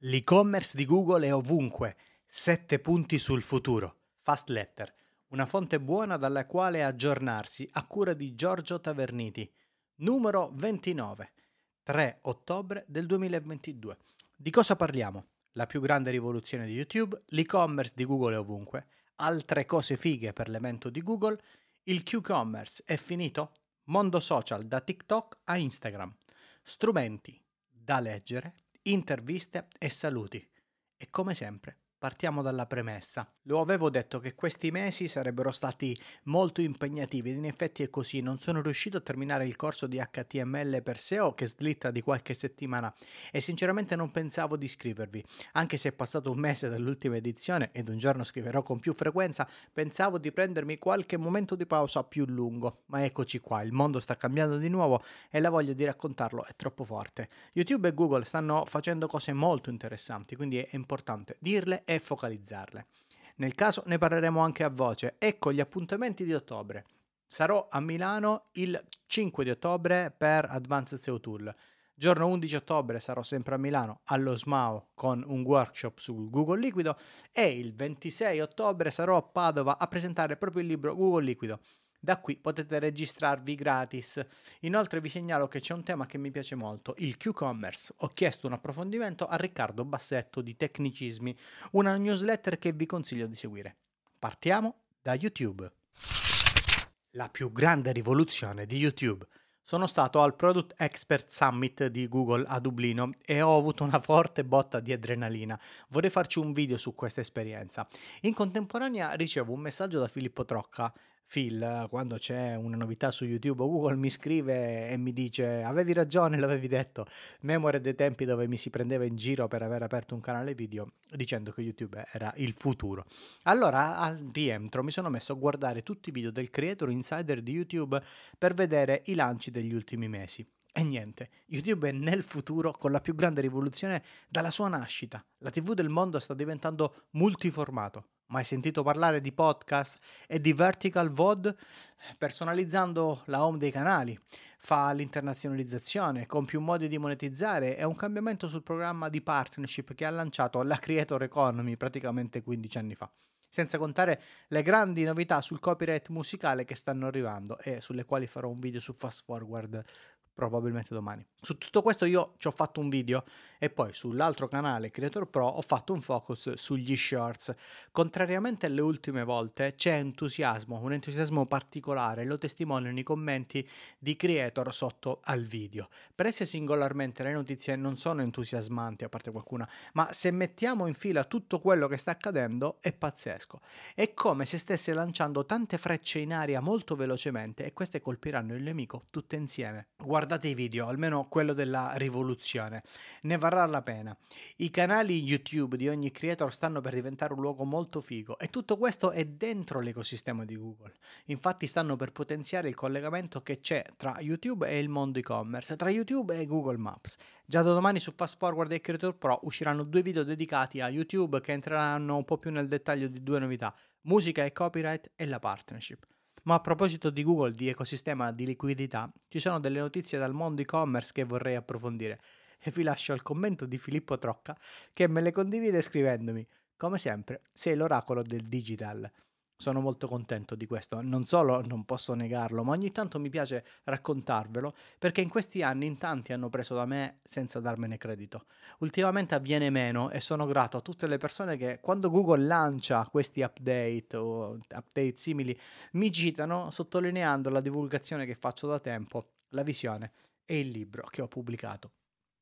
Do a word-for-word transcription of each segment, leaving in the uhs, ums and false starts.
L'e-commerce di Google è ovunque. Sette punti sul futuro. Fast Letter, una fonte buona dalla quale aggiornarsi, a cura di Giorgio Taverniti. Numero ventinove, tre ottobre del duemilaventidue. Di cosa parliamo? La più grande rivoluzione di YouTube, l'e-commerce di Google è ovunque, altre cose fighe per l'evento di Google, il Q-commerce è finito? Mondo social da TikTok a Instagram. Strumenti da leggere, interviste e saluti. E come sempre, partiamo dalla premessa. Lo avevo detto che questi mesi sarebbero stati molto impegnativi ed in effetti è così. Non sono riuscito a terminare il corso di H T M L per S E O che slitta di qualche settimana e sinceramente non pensavo di iscrivervi. Anche se è passato un mese dall'ultima edizione ed un giorno scriverò con più frequenza, pensavo di prendermi qualche momento di pausa più lungo. Ma eccoci qua, il mondo sta cambiando di nuovo e la voglia di raccontarlo è troppo forte. YouTube e Google stanno facendo cose molto interessanti, quindi è importante dirle e focalizzarle. Nel caso ne parleremo anche a voce. Ecco gli appuntamenti di ottobre. Sarò a Milano il cinque di ottobre per Advanced S E O Tool. Giorno undici ottobre sarò sempre a Milano allo S M A O con un workshop sul Google Liquido e il ventisei ottobre sarò a Padova a presentare proprio il libro Google Liquido. Da qui potete registrarvi gratis. Inoltre vi segnalo che c'è un tema che mi piace molto, il Q-commerce. Ho chiesto un approfondimento a Riccardo Bassetto di Tecnicismi, una newsletter che vi consiglio di seguire. Partiamo da YouTube. La più grande rivoluzione di YouTube. Sono stato al Product Expert Summit di Google a Dublino e ho avuto una forte botta di adrenalina. Vorrei farci un video su questa esperienza. In contemporanea ricevo un messaggio da Filippo Trocca. Phil, quando c'è una novità su YouTube o Google, mi scrive e mi dice: avevi ragione, l'avevi detto. Memoria dei tempi dove mi si prendeva in giro per aver aperto un canale video dicendo che YouTube era il futuro. Allora, al rientro, mi sono messo a guardare tutti i video del Creator Insider di YouTube per vedere i lanci degli ultimi mesi. E niente, YouTube è nel futuro con la più grande rivoluzione dalla sua nascita. La tivù del mondo sta diventando multiformato. Mai sentito parlare di podcast e di vertical V O D? Personalizzando la home dei canali, fa l'internazionalizzazione con più modi di monetizzare e un cambiamento sul programma di partnership che ha lanciato la Creator Economy praticamente quindici anni fa. Senza contare le grandi novità sul copyright musicale che stanno arrivando e sulle quali farò un video su Fast Forward probabilmente domani. Su tutto questo io ci ho fatto un video e poi sull'altro canale Creator Pro ho fatto un focus sugli shorts. Contrariamente alle ultime volte c'è entusiasmo, un entusiasmo particolare, lo testimoniano i commenti di creator sotto al video. Prese singolarmente le notizie non sono entusiasmanti, a parte qualcuna, ma se mettiamo in fila tutto quello che sta accadendo è pazzesco. È come se stesse lanciando tante frecce in aria molto velocemente e queste colpiranno il nemico tutte insieme. Guardate i video, almeno quello della rivoluzione, ne varrà la pena. I canali YouTube di ogni creator stanno per diventare un luogo molto figo e tutto questo è dentro l'ecosistema di Google. Infatti stanno per potenziare il collegamento che c'è tra YouTube e il mondo e-commerce, tra YouTube e Google Maps. Già da domani su Fast Forward e Creator Pro usciranno due video dedicati a YouTube che entreranno un po' più nel dettaglio di due novità, musica e copyright e la partnership. Ma a proposito di Google, di ecosistema, di liquidità, ci sono delle notizie dal mondo e-commerce che vorrei approfondire e vi lascio al commento di Filippo Trocca che me le condivide scrivendomi: come sempre, sei l'oracolo del digital. Sono molto contento di questo, non solo non posso negarlo, ma ogni tanto mi piace raccontarvelo perché in questi anni in tanti hanno preso da me senza darmene credito. Ultimamente avviene meno e sono grato a tutte le persone che quando Google lancia questi update o update simili mi citano sottolineando la divulgazione che faccio da tempo, la visione e il libro che ho pubblicato.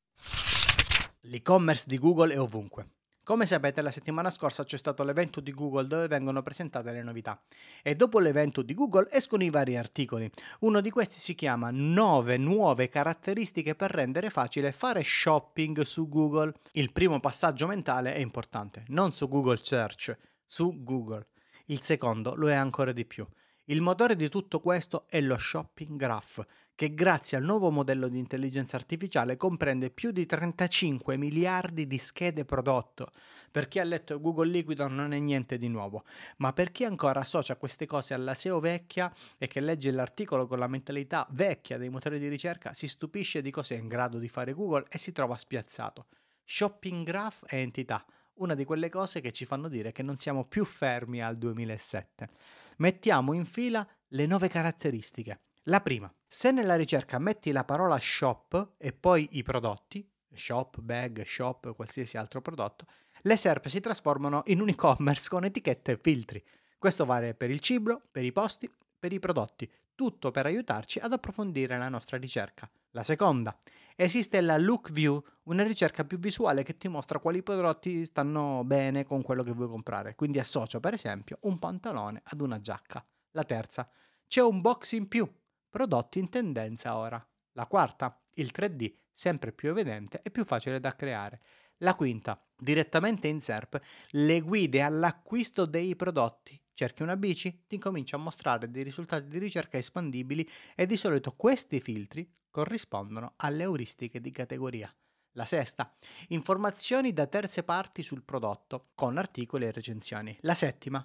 L'e-commerce di Google è ovunque. Come sapete, la settimana scorsa c'è stato l'evento di Google dove vengono presentate le novità e dopo l'evento di Google escono i vari articoli. Uno di questi si chiama nove nuove caratteristiche per rendere facile fare shopping su Google. Il primo passaggio mentale è importante, non su Google Search, su Google. Il secondo lo è ancora di più. Il motore di tutto questo è lo Shopping Graph, che grazie al nuovo modello di intelligenza artificiale comprende più di trentacinque miliardi di schede prodotto. Per chi ha letto Google Liquido non è niente di nuovo, ma per chi ancora associa queste cose alla S E O vecchia e che legge l'articolo con la mentalità vecchia dei motori di ricerca si stupisce di cosa è in grado di fare Google e si trova spiazzato. Shopping graph e entità, una di quelle cose che ci fanno dire che non siamo più fermi al duemilasette. Mettiamo in fila le nuove caratteristiche. La prima, se nella ricerca metti la parola shop e poi i prodotti, shop, bag, shop, qualsiasi altro prodotto, le SERP si trasformano in un e-commerce con etichette e filtri. Questo vale per il cibo, per i posti, per i prodotti, tutto per aiutarci ad approfondire la nostra ricerca. La seconda, esiste la Look View, una ricerca più visuale che ti mostra quali prodotti stanno bene con quello che vuoi comprare, quindi associo per esempio un pantalone ad una giacca. La terza, c'è un box in più, prodotti in tendenza ora. La quarta, il tre D, sempre più evidente e più facile da creare. La quinta, direttamente in SERP, le guide all'acquisto dei prodotti. Cerchi una bici, ti incomincia a mostrare dei risultati di ricerca espandibili e di solito questi filtri corrispondono alle euristiche di categoria. La sesta, informazioni da terze parti sul prodotto, con articoli e recensioni. La settima,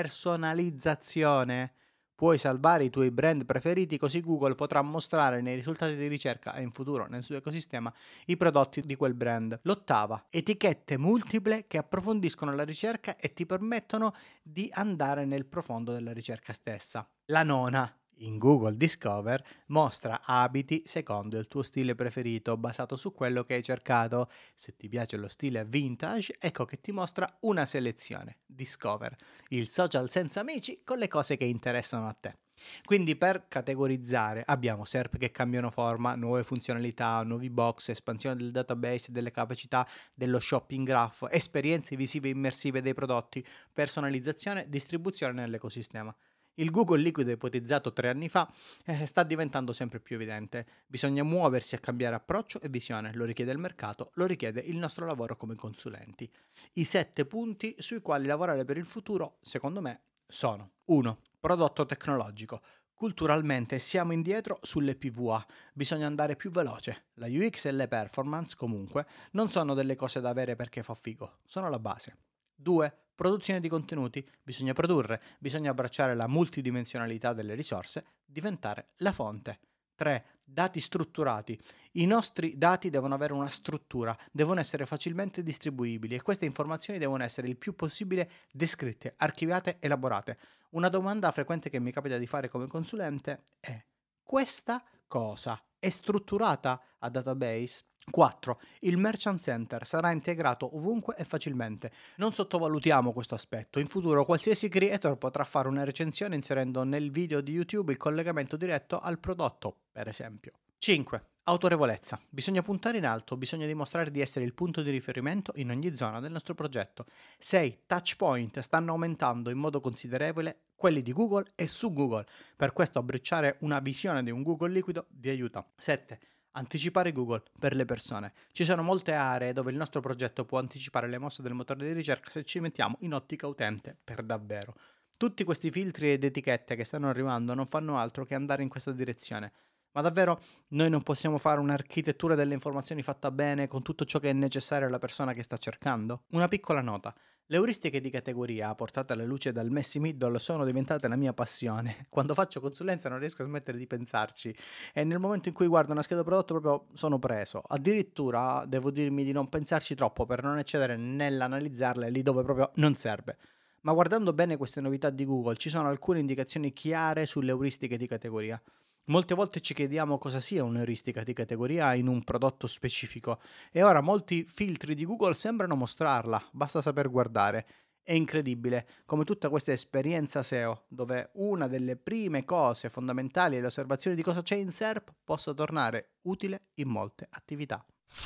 personalizzazione. Puoi salvare i tuoi brand preferiti così Google potrà mostrare nei risultati di ricerca e in futuro nel suo ecosistema i prodotti di quel brand. L'ottava, etichette multiple che approfondiscono la ricerca e ti permettono di andare nel profondo della ricerca stessa. La nona, in Google Discover, mostra abiti secondo il tuo stile preferito basato su quello che hai cercato. Se ti piace lo stile vintage, ecco che ti mostra una selezione. Discover, il social senza amici con le cose che interessano a te. Quindi per categorizzare abbiamo SERP che cambiano forma, nuove funzionalità, nuovi box, espansione del database e delle capacità dello shopping graph, esperienze visive e immersive dei prodotti, personalizzazione, distribuzione nell'ecosistema. Il Google liquido ipotizzato tre anni fa eh, sta diventando sempre più evidente. Bisogna muoversi a cambiare approccio e visione, lo richiede il mercato, lo richiede il nostro lavoro come consulenti. I sette punti sui quali lavorare per il futuro, secondo me, sono uno. Prodotto tecnologico. Culturalmente siamo indietro sulle P V A, bisogna andare più veloce. La U X e le performance, comunque, non sono delle cose da avere perché fa figo, sono la base. due. Produzione di contenuti. Bisogna produrre, bisogna abbracciare la multidimensionalità delle risorse, diventare la fonte. tre. Dati strutturati. I nostri dati devono avere una struttura, devono essere facilmente distribuibili e queste informazioni devono essere il più possibile descritte, archiviate, elaborate. Una domanda frequente che mi capita di fare come consulente è: questa cosa è strutturata a database? quattro. Il Merchant Center sarà integrato ovunque e facilmente. Non sottovalutiamo questo aspetto. In futuro qualsiasi creator potrà fare una recensione inserendo nel video di YouTube il collegamento diretto al prodotto, per esempio. cinque. Autorevolezza. Bisogna puntare in alto, bisogna dimostrare di essere il punto di riferimento in ogni zona del nostro progetto. sei. Touch point. Stanno aumentando in modo considerevole quelli di Google e su Google. Per questo abbracciare una visione di un Google liquido vi aiuta. sette. Anticipare Google per le persone. Ci sono molte aree dove il nostro progetto può anticipare le mosse del motore di ricerca se ci mettiamo in ottica utente per davvero. Tutti questi filtri ed etichette che stanno arrivando non fanno altro che andare in questa direzione. Ma davvero noi non possiamo fare un'architettura delle informazioni fatta bene con tutto ciò che è necessario alla persona che sta cercando? Una piccola nota. Le euristiche di categoria portate alla luce dal Messi Middle sono diventate la mia passione. Quando faccio consulenza non riesco a smettere di pensarci e nel momento in cui guardo una scheda prodotto proprio sono preso. Addirittura devo dirmi di non pensarci troppo per non eccedere nell'analizzarle lì dove proprio non serve. Ma guardando bene queste novità di Google ci sono alcune indicazioni chiare sulle euristiche di categoria. Molte volte ci chiediamo cosa sia un'euristica di categoria in un prodotto specifico e ora molti filtri di Google sembrano mostrarla, basta saper guardare. È incredibile come tutta questa esperienza S E O, dove una delle prime cose fondamentali è l'osservazione di cosa c'è in SERP, possa tornare utile in molte attività.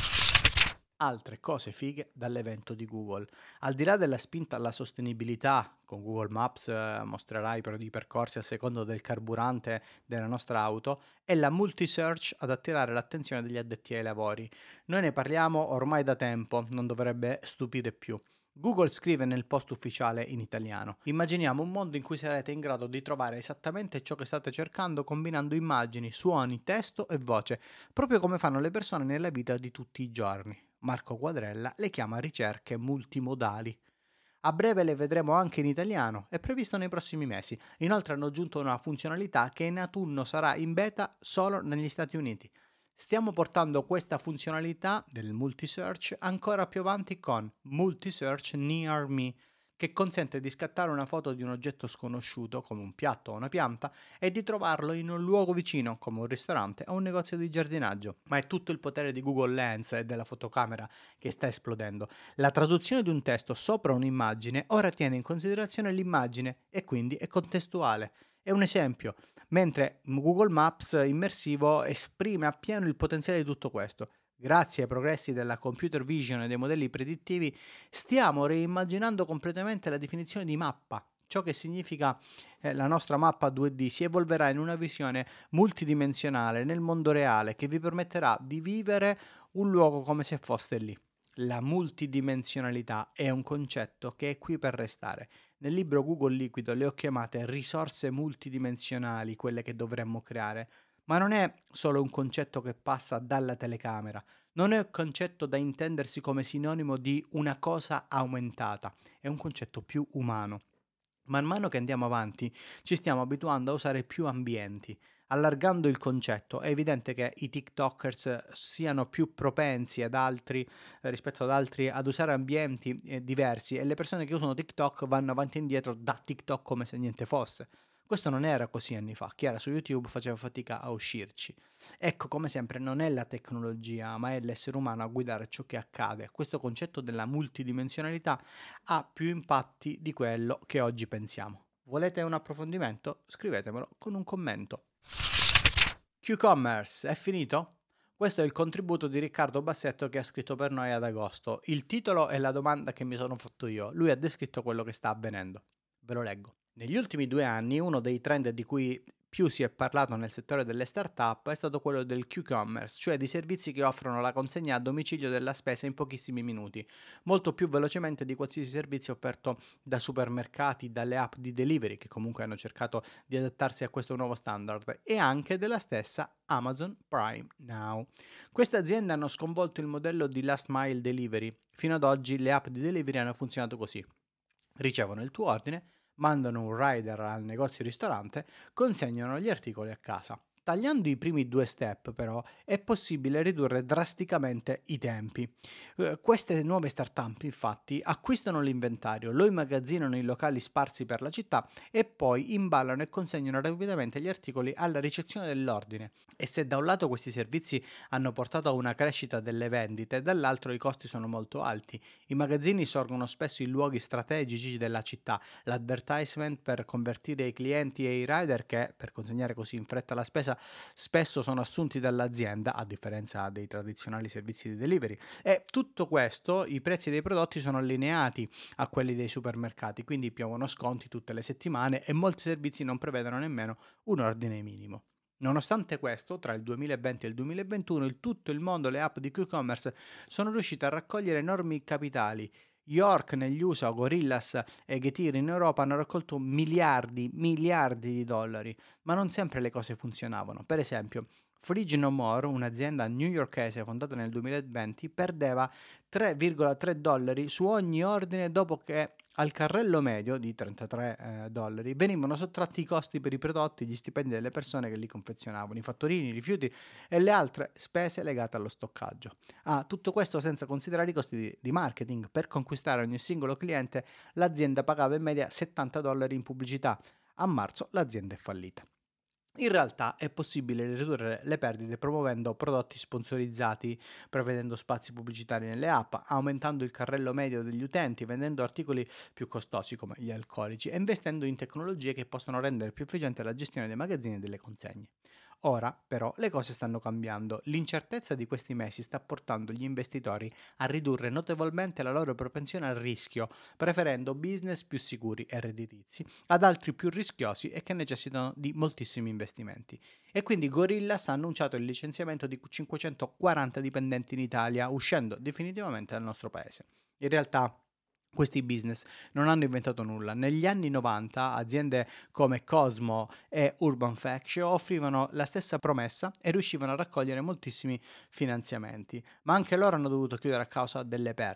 Altre cose fighe dall'evento di Google. Al di là della spinta alla sostenibilità, con Google Maps eh, mostrerai però di percorsi a seconda del carburante della nostra auto, è la multi-search ad attirare l'attenzione degli addetti ai lavori. Noi ne parliamo ormai da tempo, non dovrebbe stupire più. Google scrive nel post ufficiale in italiano: immaginiamo un mondo in cui sarete in grado di trovare esattamente ciò che state cercando combinando immagini, suoni, testo e voce, proprio come fanno le persone nella vita di tutti i giorni. Marco Quadrella le chiama ricerche multimodali. A breve le vedremo anche in italiano, è previsto nei prossimi mesi. Inoltre hanno aggiunto una funzionalità che in autunno sarà in beta solo negli Stati Uniti. Stiamo portando questa funzionalità del multi-search ancora più avanti con Multi-search Near Me, che consente di scattare una foto di un oggetto sconosciuto, come un piatto o una pianta, e di trovarlo in un luogo vicino, come un ristorante o un negozio di giardinaggio. Ma è tutto il potere di Google Lens e della fotocamera che sta esplodendo. La traduzione di un testo sopra un'immagine ora tiene in considerazione l'immagine e quindi è contestuale. È un esempio, mentre Google Maps immersivo esprime appieno il potenziale di tutto questo. Grazie ai progressi della computer vision e dei modelli predittivi, stiamo reimmaginando completamente la definizione di mappa. Ciò che significa eh, la nostra mappa due D si evolverà in una visione multidimensionale nel mondo reale che vi permetterà di vivere un luogo come se foste lì. La multidimensionalità è un concetto che è qui per restare. Nel libro Google Liquido le ho chiamate risorse multidimensionali, quelle che dovremmo creare. Ma non è solo un concetto che passa dalla telecamera, non è un concetto da intendersi come sinonimo di una cosa aumentata, è un concetto più umano. Man mano che andiamo avanti ci stiamo abituando a usare più ambienti. Allargando il concetto, è evidente che i TikTokers siano più propensi ad altri eh, rispetto ad altri ad usare ambienti eh, diversi e le persone che usano TikTok vanno avanti e indietro da TikTok come se niente fosse. Questo non era così anni fa, chi era su YouTube faceva fatica a uscirci. Ecco, come sempre, non è la tecnologia, ma è l'essere umano a guidare ciò che accade. Questo concetto della multidimensionalità ha più impatti di quello che oggi pensiamo. Volete un approfondimento? Scrivetemelo con un commento. Q-Commerce è finito? Questo è il contributo di Riccardo Bassetto che ha scritto per noi ad agosto. Il titolo è la domanda che mi sono fatto io. Lui ha descritto quello che sta avvenendo. Ve lo leggo. Negli ultimi due anni uno dei trend di cui più si è parlato nel settore delle start-up è stato quello del Q-commerce, cioè di servizi che offrono la consegna a domicilio della spesa in pochissimi minuti, molto più velocemente di qualsiasi servizio offerto da supermercati, dalle app di delivery che comunque hanno cercato di adattarsi a questo nuovo standard e anche della stessa Amazon Prime Now. Queste aziende hanno sconvolto il modello di last mile delivery. Fino ad oggi le app di delivery hanno funzionato così: ricevono il tuo ordine, mandano un rider al negozio ristorante, consegnano gli articoli a casa. Tagliando i primi due step, però, è possibile ridurre drasticamente i tempi. Eh, queste nuove startup, infatti, acquistano l'inventario, lo immagazzinano in locali sparsi per la città e poi imballano e consegnano rapidamente gli articoli alla ricezione dell'ordine. E se da un lato questi servizi hanno portato a una crescita delle vendite, dall'altro i costi sono molto alti. I magazzini sorgono spesso in luoghi strategici della città, l'advertisement per convertire i clienti e i rider che, per consegnare così in fretta la spesa, spesso sono assunti dall'azienda, a differenza dei tradizionali servizi di delivery. E tutto questo, i prezzi dei prodotti sono allineati a quelli dei supermercati, quindi piovono sconti tutte le settimane e molti servizi non prevedono nemmeno un ordine minimo. Nonostante questo, tra il duemilaventi e il duemilaventuno, il tutto il mondo, le app di Q-commerce sono riuscite a raccogliere enormi capitali. York negli U S A, Gorillas e Getir in Europa hanno raccolto miliardi, miliardi di dollari, ma non sempre le cose funzionavano. Per esempio, Fridge No More, un'azienda newyorkese fondata nel duemilaventi, perdeva tre virgola tre dollari su ogni ordine dopo che al carrello medio di trentatré eh, dollari venivano sottratti i costi per i prodotti, gli stipendi delle persone che li confezionavano, i fattorini, i rifiuti e le altre spese legate allo stoccaggio. Ah, tutto questo senza considerare i costi di, di marketing. Per conquistare ogni singolo cliente l'azienda pagava in media settanta dollari in pubblicità. A marzo l'azienda è fallita. In realtà è possibile ridurre le perdite promuovendo prodotti sponsorizzati, prevedendo spazi pubblicitari nelle app, aumentando il carrello medio degli utenti, vendendo articoli più costosi come gli alcolici e investendo in tecnologie che possono rendere più efficiente la gestione dei magazzini e delle consegne. Ora, però, le cose stanno cambiando. L'incertezza di questi mesi sta portando gli investitori a ridurre notevolmente la loro propensione al rischio, preferendo business più sicuri e redditizi ad altri più rischiosi e che necessitano di moltissimi investimenti. E quindi Gorillas ha annunciato il licenziamento di cinquecentoquaranta dipendenti in Italia, uscendo definitivamente dal nostro paese. In realtà questi business non hanno inventato nulla. Negli anni novanta aziende come Cosmo e Urban Factio offrivano la stessa promessa e riuscivano a raccogliere moltissimi finanziamenti, ma anche loro hanno dovuto chiudere a causa delle perdite.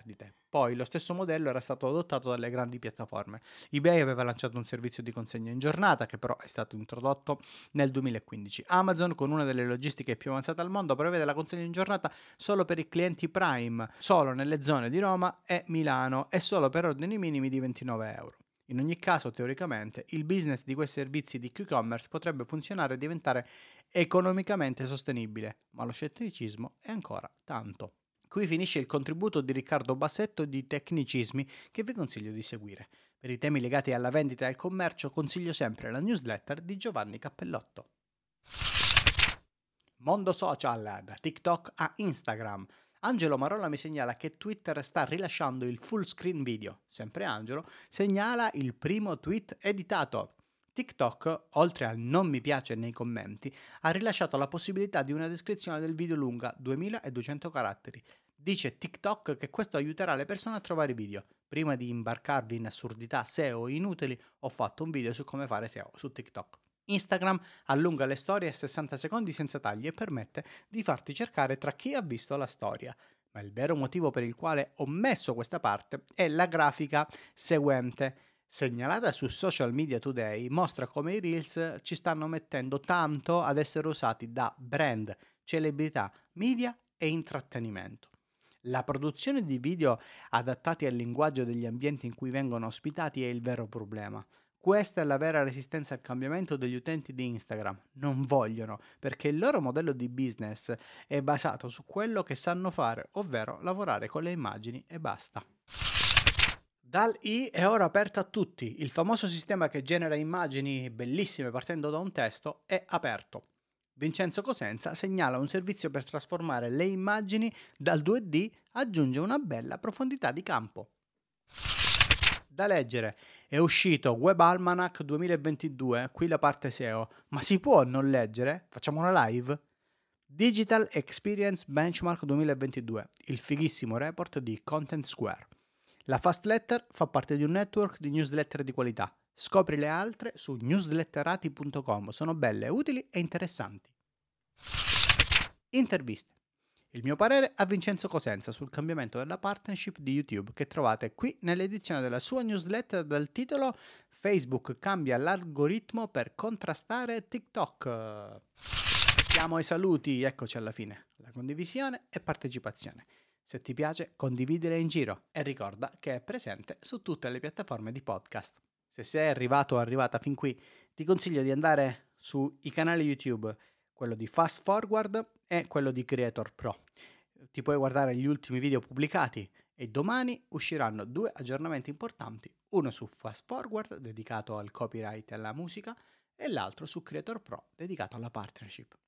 Poi lo stesso modello era stato adottato dalle grandi piattaforme. eBay aveva lanciato un servizio di consegna in giornata che però è stato introdotto nel duemilaquindici. Amazon, con una delle logistiche più avanzate al mondo, prevede la consegna in giornata solo per i clienti Prime, solo nelle zone di Roma e Milano e solo per ordini minimi di ventinove euro. In ogni caso, teoricamente, il business di questi servizi di Q-commerce potrebbe funzionare e diventare economicamente sostenibile, ma lo scetticismo è ancora tanto. Qui finisce il contributo di Riccardo Bassetto di Tecnicismi che vi consiglio di seguire. Per i temi legati alla vendita e al commercio consiglio sempre la newsletter di Giovanni Cappellotto. Mondo social, da TikTok a Instagram. Angelo Marolla mi segnala che Twitter sta rilasciando il full screen video. Sempre Angelo segnala il primo tweet editato. TikTok, oltre al non mi piace nei commenti, ha rilasciato la possibilità di una descrizione del video lunga duemiladuecento caratteri. Dice TikTok che questo aiuterà le persone a trovare video. Prima di imbarcarvi in assurdità S E O inutili, ho fatto un video su come fare S E O su TikTok. Instagram allunga le storie a sessanta secondi senza tagli e permette di farti cercare tra chi ha visto la storia. Ma il vero motivo per il quale ho messo questa parte è la grafica seguente. Segnalata su Social Media Today, mostra come i Reels ci stanno mettendo tanto ad essere usati da brand, celebrità, media e intrattenimento. La produzione di video adattati al linguaggio degli ambienti in cui vengono ospitati è il vero problema. Questa è la vera resistenza al cambiamento degli utenti di Instagram. Non vogliono, perché il loro modello di business è basato su quello che sanno fare, ovvero lavorare con le immagini e basta. D A L L-E è ora aperto a tutti. Il famoso sistema che genera immagini bellissime partendo da un testo è aperto. Vincenzo Cosenza segnala un servizio per trasformare le immagini dal due D, aggiunge una bella profondità di campo. Da leggere. È uscito Web Almanac duemilaventidue, qui la parte S E O. Ma si può non leggere? Facciamo una live? Digital Experience Benchmark duemilaventidue, il fighissimo report di Content Square. La Fast Letter fa parte di un network di newsletter di qualità. Scopri le altre su newsletterati punto com, sono belle, utili e interessanti. Interviste. Il mio parere a Vincenzo Cosenza sul cambiamento della partnership di YouTube che trovate qui nell'edizione della sua newsletter dal titolo Facebook cambia l'algoritmo per contrastare TikTok. Siamo ai saluti, eccoci alla fine. La condivisione e partecipazione. Se ti piace, condividere in giro e ricorda che è presente su tutte le piattaforme di podcast. Se sei arrivato o arrivata fin qui, ti consiglio di andare sui canali YouTube, quello di Fast Forward e quello di Creator Pro. Ti puoi guardare gli ultimi video pubblicati e domani usciranno due aggiornamenti importanti, uno su Fast Forward dedicato al copyright e alla musica e l'altro su Creator Pro dedicato alla partnership.